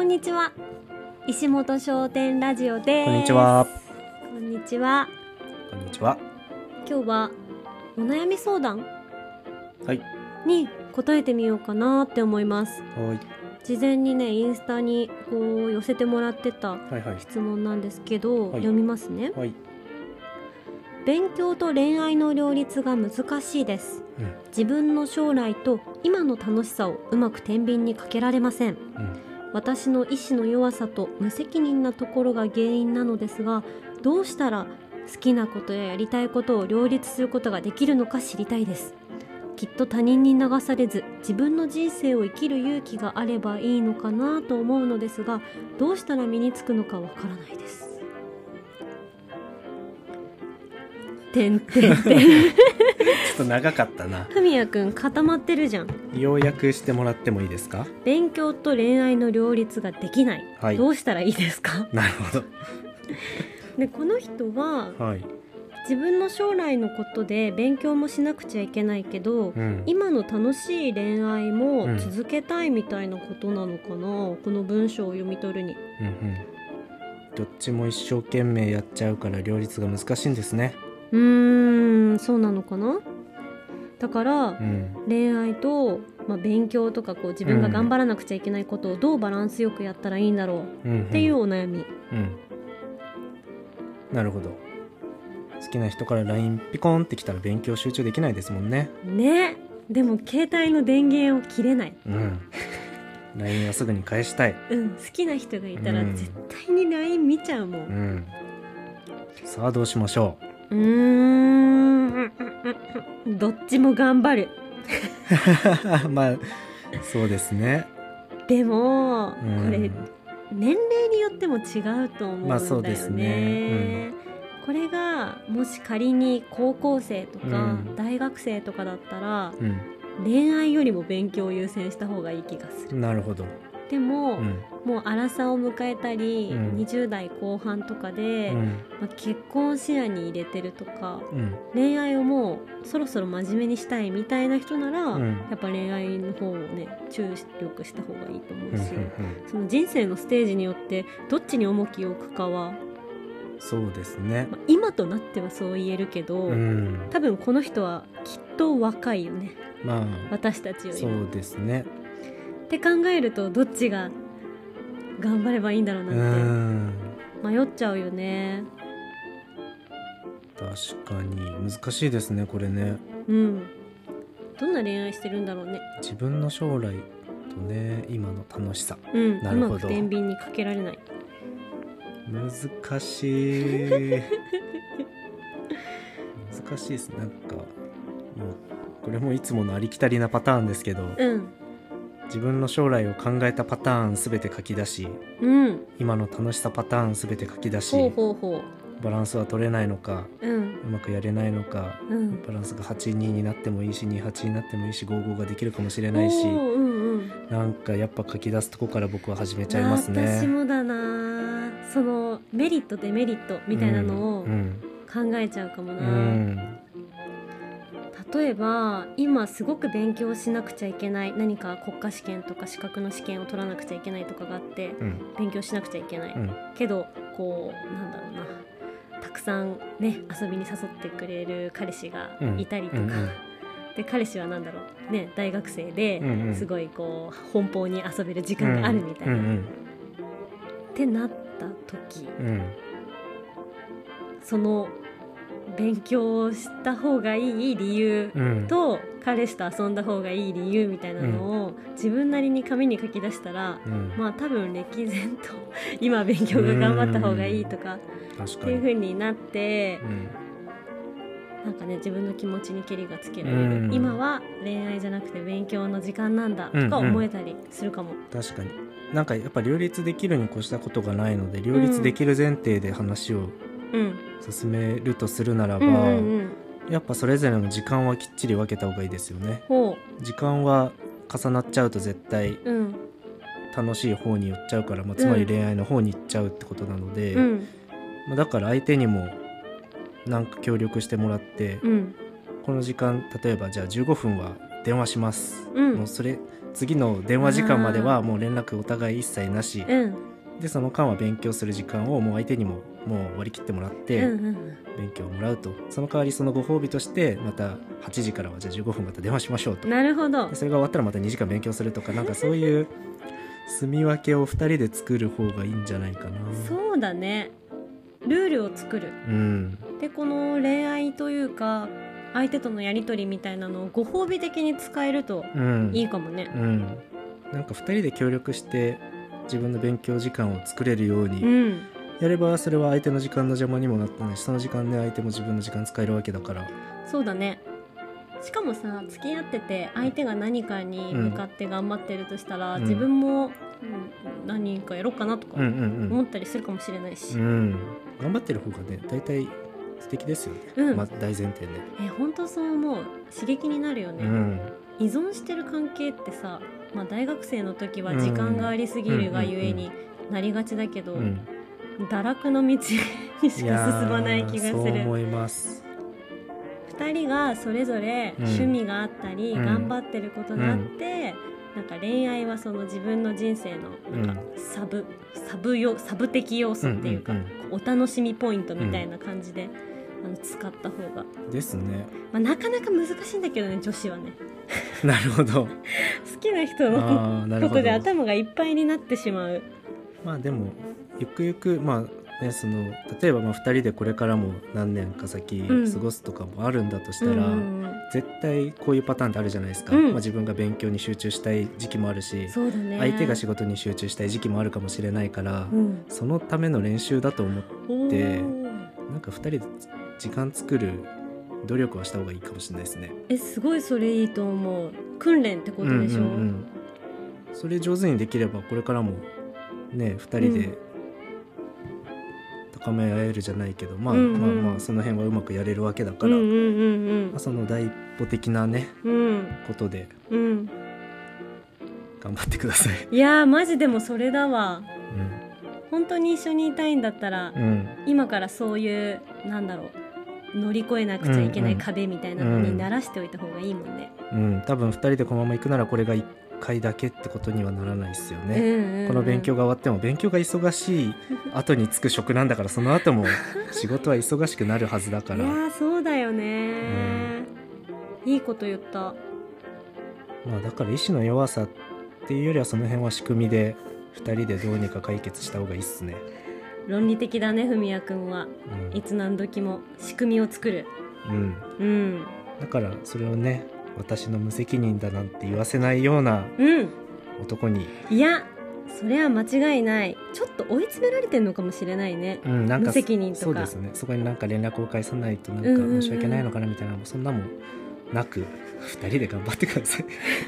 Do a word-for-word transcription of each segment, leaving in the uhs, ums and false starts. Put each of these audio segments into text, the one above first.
んにちは。石本商店ラジオです。 こんにちは。 こんにちは。 こんにちは。 今日はお悩み相談はいに答えてみようかなって思います。 はい事前にねインスタにこう寄せてもらってたはいはい質問なんですけど、 はい読みますね。 はい。 勉強と恋愛の両立が難しいです。 うん自分の将来と今の楽しさをうまく天秤にかけられません。 うん私の意志の弱さと無責任なところが原因なのですが、どうしたら好きなことややりたいことを両立することができるのか知りたいです。きっと他人に流されず自分の人生を生きる勇気があればいいのかなと思うのですが、どうしたら身につくのかわからないです。てんてんてんちょっと長かったな。 ふみやくん固まってるじゃん。 要約してもらってもいいですか？ 勉強と恋愛の両立ができない、 はい。 どうしたらいいですか？ なるほでこの人はど。はい。 自分の将来のことで勉強もしなくちゃいけないけど、 うん。 今の楽しい恋愛もうん続けたいみたいなことなのかな、この文章を読み取るに。 うんうん。どっちも一生懸命やっちゃうから両立が難しいんですね。 うーんそうなのかな。だからうん恋愛と、まあ、勉強とかこう自分が頑張らなくちゃいけないことをどうバランスよくやったらいいんだろううんうん。 っていうお悩み。 うん。なるほど。好きな人から ライン ピコンってきたら勉強集中できないですもんね。 ね。でも携帯の電源を切れない。 うん。ライン はすぐに返したい。 うん好きな人がいたらうん絶対に ライン 見ちゃうもん。 うん。さあどうしましょうーんどっちも頑張る。 う。まあそうですね。 でも、 うんこれ年齢によっても違うと思うんだよね。 まあそうですねこれがもし仮に高校生とか、 うん大学生とかだったらう恋愛よりも勉強を優先した方がいい気がする。 ん。なるほど。 でも、 うんもう荒さを迎えたり、 うんにじゅう代後半とかで、 うんまあ、結婚を視野に入れてるとか、 うん恋愛をもうそろそろ真面目にしたいみたいな人なら、 うんやっぱ恋愛の方をね注力した方がいいと思うんうんうし、その人生のステージによってどっちに重きを置くかは、 そうですね。 まあ、今となってはそう言えるけど、 うん多分この人はきっと若いよね、 まあ私たちよりも。 そうですね。 って考えるとどっちが頑張ればいいんだろううなんんて迷っちゃうよね。 確かに難しいですねこれね。 うんどんな恋愛してるんだろうね。 自分の将来とね今の楽しさ。 うんなるほどうまく天秤にかけられない。 難しい難しいです。なんかもうこれもいつものありきたりなパターンですけど、 うん自分の将来を考えたパターンすべて書き出し、 うん今の楽しさパターンすべて書き出し、 ほうほうほバランスは取れないのかう。うんうまくやれないのか、 うんバランスがはちにになってもいいしにはちになってもいいしごごができるかもしれないし、 おーうんうんなんかやっぱ書き出すとこから僕は始めちゃいますね。 私もだな。そのメリットデメリットみたいなのをうん考えちゃうかもうな、 ん例えば今すごく勉強しなくちゃいけない何か国家試験とか資格の試験を取らなくちゃいけないとかがあってうん勉強しなくちゃいけない、 うんけどこうなんだろうな、たくさんね遊びに誘ってくれる彼氏がいたりとか、 うんうんで彼氏はなんだろうね大学生でうんうんすごいこう奔放に遊べる時間があるみたいな、 うんうんってなった時、 うんその勉強をした方がいい理由うんと彼氏と遊んだ方がいい理由みたいなのを自分なりに紙に書き出したら、 うんまあ多分歴然と今勉強が頑張った方がいいとか確かにっていう風になってう、んなんかね自分の気持ちにけりがつけられる、 うん今は恋愛じゃなくて勉強の時間なんだとか思えたりするかも。 確かになんかやっぱ両立できるに越したことがないので、両立できる前提で話をうん進めるとするならば、 うんうんうんやっぱそれぞれの時間はきっちり分けた方がいいですよね。 ほ時間は重なっちゃうと絶対ううん楽しい方に寄っちゃうから、まあ、つまり恋愛の方に行っちゃうってことなので、 うんまあ、だから相手にもなんか協力してもらって、 うんこの時間例えばじゃあじゅうごふんは電話します、 うん、 もうそれ次の電話時間まではもう連絡お互い一切なし、 うん、 でその間は勉強する時間をもう相手にももう割り切ってもらって、 うんうん、 勉強をもらうと、その代わりそのご褒美としてまたはちじからはじゃあじゅうごふんまた電話しましょうと。 なるほど。 でそれが終わったらまたにじかん勉強するとか、なんかそういう住み分けをふたりで作る方がいいんじゃないかな。 そうだね、ルールを作る、 うん、 でこの恋愛というか相手とのやり取りみたいなのをご褒美的に使えるといいかもね、 うんうん、なんかふたりで協力して自分の勉強時間を作れるようにやれば、それは相手の時間の邪魔にもなってないし、その時間で相手も自分の時間使えるわけだから。 そうだね。しかもさ、付き合ってて相手が何かに向かって頑張ってるとしたら、うん、自分も、うん、何かやろうかなとか思ったりするかもしれないし、 うんうんうん、頑張ってる方がね大体素敵ですよね、うんまあ、大前提で。 え本当そう思う。刺激になるよね、うん、依存してる関係ってさ、まあ、大学生の時は時間がありすぎるがゆえになりがちだけど、うんうんうん、堕落の道にしか進まない気がする。そう思います。 ふたりがそれぞれ趣味があったり、うん、頑張ってることがあって、うん、なんか恋愛はその自分の人生のなんかサブ、うん、サブよサブ的要素っていうか、うんうんうん、お楽しみポイントみたいな感じで、うん、あの使った方がですね、 まあ、なかなか難しいんだけどね、女子はねなるほど好きな人のことで頭がいっぱいになってしまう。 まあでもゆくゆくまあね、その例えばまあふたりでこれからも何年か先過ごすとかもあるんだとしたら、うん、絶対こういうパターンってあるじゃないですか、うんまあ、自分が勉強に集中したい時期もあるし、 そうだね、 相手が仕事に集中したい時期もあるかもしれないから、うん、そのための練習だと思ってなんかふたりで時間作る努力はした方がいいかもしれないですね。 えすごいそれいいと思う。訓練ってことでしょ、うんうんうん、 それ上手にできればこれからもねふたりで、うん高め合えるじゃないけど、まあ、うんうん、まあまあその辺はうまくやれるわけだから、うんうんうんうんまあ、その第一歩的なね、うん、ことで、うん、頑張ってください。 いやーマジでもそれだわ、うん、本当に一緒にいたいんだったら、うん、今からそういうなんだろう乗り越えなくちゃいけない壁みたいなのに慣らしておいた方がいいもんね、 うんうん、多分ふたりでこのまま行くならこれがいっかいだけってことにはならないですよね、うんうんうん、この勉強が終わっても勉強が忙しい後に就く職なんだからその後も仕事は忙しくなるはずだからいやそうだよね、うん、いいこと言った。 まあだから意志の弱さっていうよりはその辺は仕組みでふたりでどうにか解決した方がいいっすね。 論理的だね文也くんは、うん、いつ何時も仕組みを作る、 うんうん、だからそれをね私の無責任だなんて言わせないような男に、 うん、いやそれは間違いない。ちょっと追い詰められてるのかもしれないね、うん、なんか無責任とか。 そうですね。そこになんか連絡を返さないとなんか申し訳ないのかなみたいな、うんうんうん、そんなもなくふたりで頑張ってください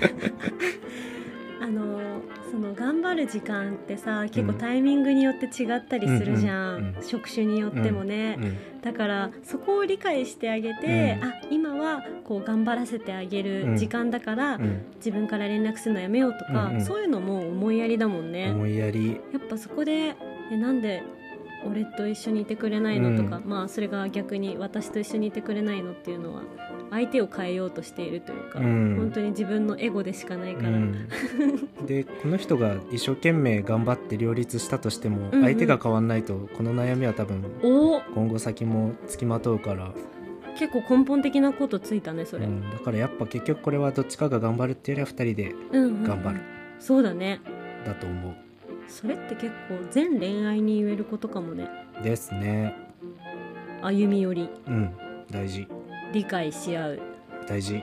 あのその頑張る時間ってさ結構タイミングによって違ったりするじゃん、うんうんうん、職種によってもね、うんうん、だからそこを理解してあげて、うん、あ今はこう頑張らせてあげる時間だから、うん、自分から連絡するのやめようとか、うんうん、そういうのも思いやりだもんね。 思いやり。 やっぱそこでえなんで俺と一緒にいてくれないのとか、うん、まあそれが逆に私と一緒にいてくれないのっていうのは相手を変えようとしているというか、うん、本当に自分のエゴでしかないから、うん、 でこの人が一生懸命頑張って両立したとしても、うんうん、相手が変わんないとこの悩みは多分今後先もつきまとうから。 結構根本的なことついたねそれ、うん、 だからやっぱ結局これはどっちかが頑張るっていうよりはふたりで頑張る、うんうん、 そうだねだと思う。 それって結構全恋愛に言えることかもね。 ですね。 歩み寄り、 うん、大事。 理解し合う大事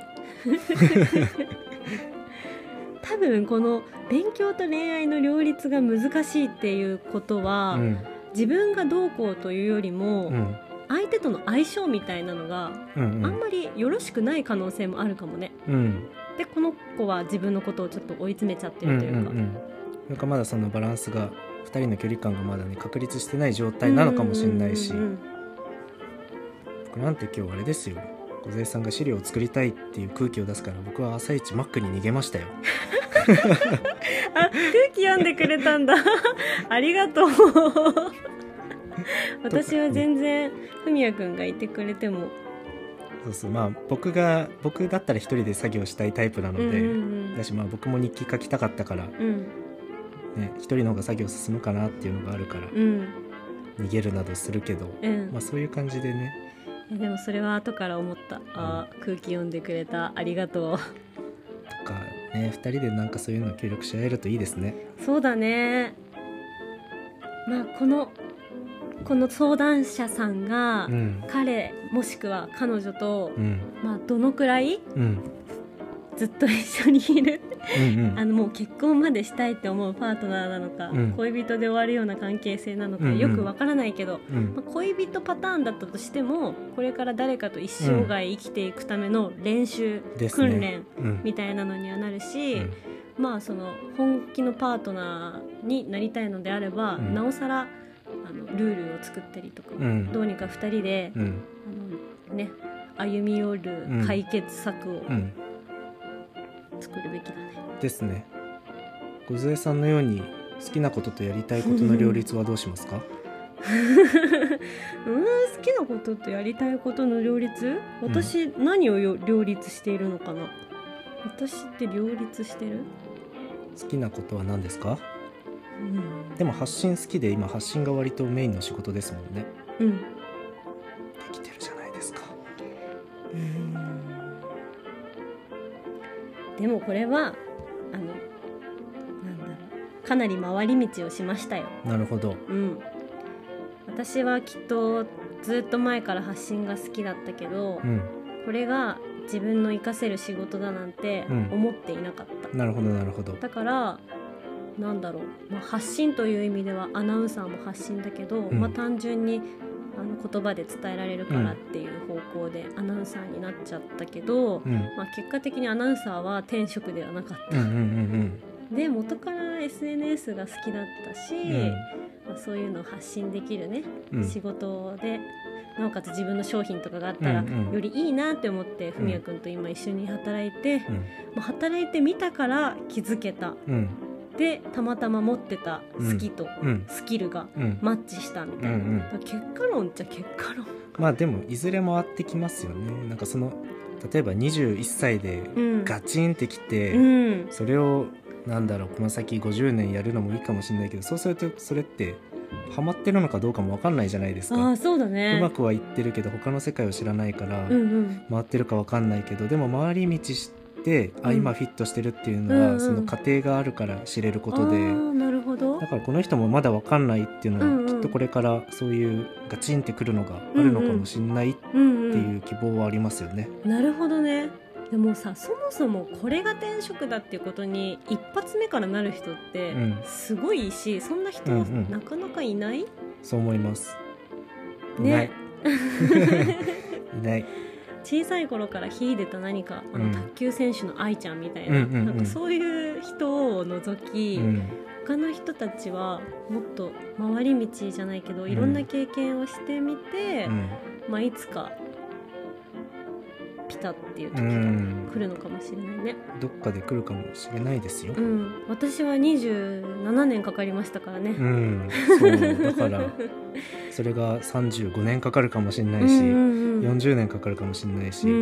多分この勉強と恋愛の両立が難しいっていうことは、うん、自分がどうこうというよりも、うん、相手との相性みたいなのが、うんうん、あんまりよろしくない可能性もあるかもね、うん、でこの子は自分のことをちょっと追い詰めちゃってるというか、うんうんうん、 なんかまだそのバランスがふたりの距離感がまだね確立してない状態なのかもしれないし、うんうんうんうん、僕なんて今日あれですよ、小杉さんが資料を作りたいっていう空気を出すから僕は朝一マックに逃げましたよあ、空気読んでくれたんだありがとう私は全然文也くんがいてくれてもそうそう、まあ僕が僕だったら一人で作業したいタイプなので、 うんうんうん、 だしまあ僕も日記書きたかったから、 うんね、一人の方が作業進むかなっていうのがあるから、 うん、 逃げるなどするけど、 うん、 まあそういう感じでね。 でもそれは後から思った。あ、空気読んでくれた、ありがとうとかね、ふたりでなんかそういうの協力し合えるといいですね。 そうだね。まあこのこの相談者さんが、 うん、 彼もしくは彼女と、 うん、 まあ、どのくらいうんずっと一緒にいるうんうん、 あのもう結婚までしたいって思うパートナーなのか、 うん、 恋人で終わるような関係性なのか、 うんうん、 よくわからないけど、 うんまあ、恋人パターンだったとしてもこれから誰かと一生涯生きていくための練習、 ね、 訓練うんみたいなのにはなるし、 うん、 まあその本気のパートナーになりたいのであれば、うん、なおさらあのルールを作ったりとか、うん、どうにかふたりで、うん、あのね、歩み寄る解決策を作るべきだね。 ですね。梢さんのように好きなこととやりたいことの両立はどうしますか？ うん、好きなこととやりたいことの両立、私、うん、何を両立しているのかな。私って両立してる？ 好きなことは何ですか？ うん、 でも発信好きで今発信が割とメインの仕事ですもんね。 うん、 できてるじゃないですか。 うん、でもこれはあのなんだろう、かなり回り道をしましたよ。 なるほど、 うん、私はきっとずっと前から発信が好きだったけど、うん、これが自分の活かせる仕事だなんて思っていなかった、 うん、なるほどなるほど。 だからなんだろう、まあ、発信という意味ではアナウンサーも発信だけど、うん、まあ、単純にあの言葉で伝えられるからっていう方向でアナウンサーになっちゃったけど、うん、まあ、結果的にアナウンサーは転職ではなかった、うんうんうんうん、で元から エスエヌエス が好きだったし、うん、まあ、そういうのを発信できるね、うん、仕事でなおかつ自分の商品とかがあったら、うんうん、よりいいなって思って文也くんと今一緒に働いて、うん、まあ、働いてみたから気づけた、うん、でたまたま持ってた好きとスキルがマッチしたみたいな、うんうん、だから結果論っちゃ結果論。 まあでもいずれ回ってきますよね。なんかその例えばにじゅういっさいでガチンってきて、うん、それをなんだろう、この先ごじゅうねんやるのもいいかもしれないけど、そうするとそれってハマってるのかどうかも分かんないじゃないですか。 あ、そうだね。 うまくはいってるけど他の世界を知らないから回ってるか分かんないけど、うんうん、でも回り道してあ、今フィットしてるっていうのは、うんうん、その過程があるから知れることで、 あ、なるほど。 だからこの人もまだ分かんないっていうのは、うんうん、きっとこれからそういうガチンってくるのがあるのかもしれないっていう希望はありますよね、 うんうん、なるほどね。でもさ、そもそもこれが転職だっていうことに一発目からなる人ってすごいし、うん、そんな人はなかなかいない、うんうん、 そう思います。いない、 ね、いない。 小さい頃から秀でた何か、あの卓球選手の愛ちゃんみたいな、うんうんうん、なんかそういう人を除き、うん、他の人たちはもっと回り道じゃないけど、いろんな経験をしてみて、うん、まあ、いつかピタっていう時が来るのかもしれないね、 うん、どっかで来るかもしれないですよ、 うん、私はにじゅうななねんかかりましたからね、 うん、そうだからそれがさんじゅうごねんかかるかもしれないし、うんうんうん、よんじゅうねんかかるかもしれないし、うんうん、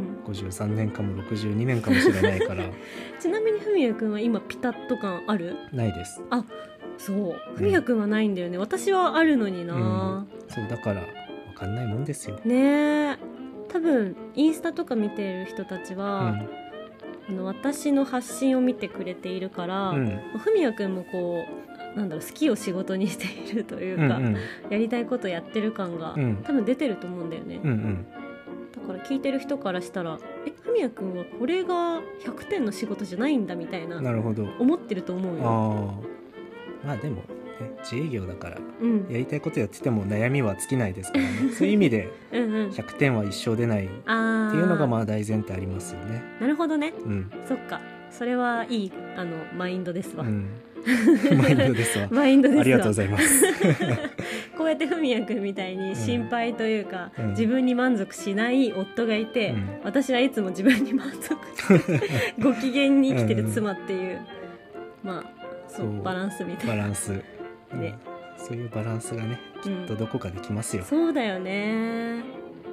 ごじゅうさんねんかもろくじゅうにねんかもしれないからちなみに文也くんは今ピタッと感ある？ ないです。 あ、そう、文也くんはないんだよね、うん、私はあるのにな、うん、 そうだから分かんないもんですよね。多分インスタとか見てる人たちは、うん、あの私の発信を見てくれているから、うん、文也くんもこうなんだろう、好きを仕事にしているというか、うんうん、やりたいことやってる感が、うん、多分出てると思うんだよね、うんうん、だから聞いてる人からしたら、え、文也くんはこれがひゃくてんの仕事じゃないんだみたいな、 なるほど思ってると思うよ。 あ、まあでも自営業だから、うん、やりたいことやってても悩みは尽きないですからねそういう意味でひゃくてんは一生出ないっていうのがまあ大前提ありますよね。 なるほどね、うん、そっか、それはいいあのマインドですわ、うん、 マインドですわマインドですわ、 ありがとうございますこうやって文也くんみたいに心配というか、うん、自分に満足しない夫がいて、うん、私はいつも自分に満足してご機嫌に生きてる妻っていう、うん、まあそう、バランスみたいなバランス、ね、うん、そういうバランスがねきっとどこかできますよ、 うん、そうだよね。 だ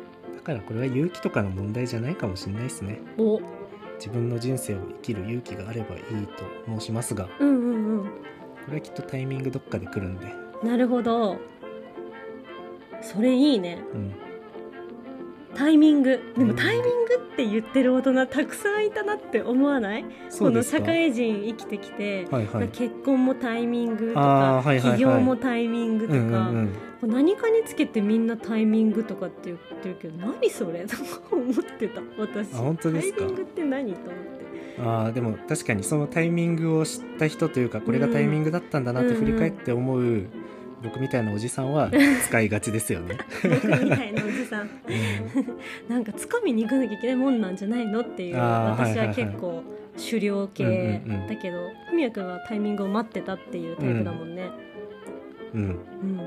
からこれは勇気とかの問題じゃないかもしれないですね。 お、 自分の人生を生きる勇気があればいいと申しますが、 うんうんうん、 これはきっとタイミングどっかで来るんで。 なるほど、それいいね。 うん、 タイミング。でもうん、 タイミングって言ってる大人たくさんいたなって思わない？このそうですか。 社会人生きてきて、 はいはい、 結婚もタイミングとあか、 ーはいはいはい起業もタイミングとか、 うんうんうん、 何かにつけてみんなタイミングとかって言ってるけど、何それとか思ってた私。 あ、本当ですか。 タイミングって何と思って。 あでも確かにそのタイミングを知った人というか、これがタイミングだったんだなって振り返って思う僕みたいなおじさんは使いがちですよね。 僕みたいなおじさん、 うん、 なんかつかみに行かなきゃいけないもんなんじゃないのっていう。 あー私ははいはいはい結構狩猟系うんうんうんだけど、ふみやくんはタイミングを待ってたっていうタイプだもんね。 うん、 うん、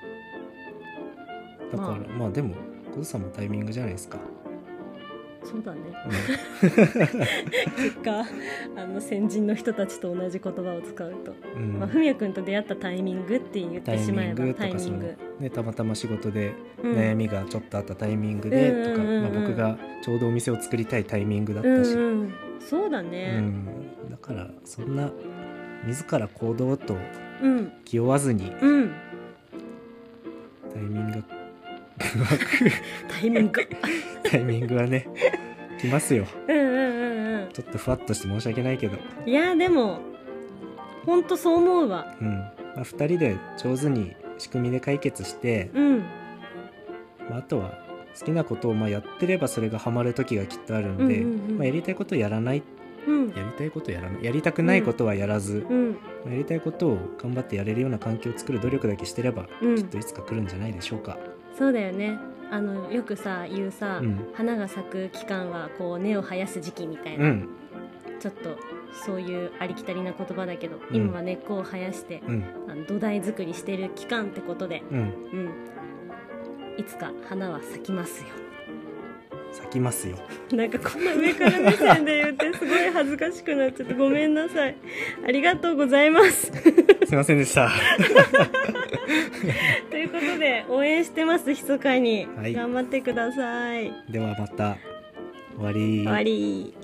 だから、 まあまあでも小津さんもタイミングじゃないですか。 そうだね。 うん結果あの先人の人たちと同じ言葉を使うと、 うんまあ、ふみやくんと出会ったタイミングって言ってしまえばタイミング、 ね、たまたま仕事でうん悩みがちょっとあったタイミングでとか、 うんうんうんうんまあ、僕がちょうどお店を作りたいタイミングだったし、 うんうん、そうだうね。 ん、だからそんな自ら行動とうん気負わずにうん、 タイミングタイミングタイミングはね来ますよ。 うんうんうんうん。 ちょっとふわっとして申し訳ないけど、 いやでもほんとそう思うわ。 うんまあ、ふたりで上手に仕組みで解決して、 うんまあ、あとは好きなことをまあやってればそれがハマる時がきっとあるんで、 うんうんうんまあ、やりたいことをやらない、 うんやりたいことやらないやりたくないことはやらず、 うんまあやりたいことを頑張ってやれるような環境を作る努力だけしてれば、 うん、 きっといつか来るんじゃないでしょうか。 そうだよね。あのよくさ言うさ、 うん花が咲く期間はこう根を生やす時期みたいな、 うんちょっとそういうありきたりな言葉だけど、 うん今は根っこを生やして、 うんあの土台作りしてる期間ってことで、 うんうん、いつか花は咲きますよ。 咲きますよ。 なんかこんな上から目線で言ってすごい恥ずかしくなっちゃってごめんなさい。ありがとうございますすいませんでしたということで応援してます、密かに、 はい頑張ってください。 ではまた。終わり。 終わり。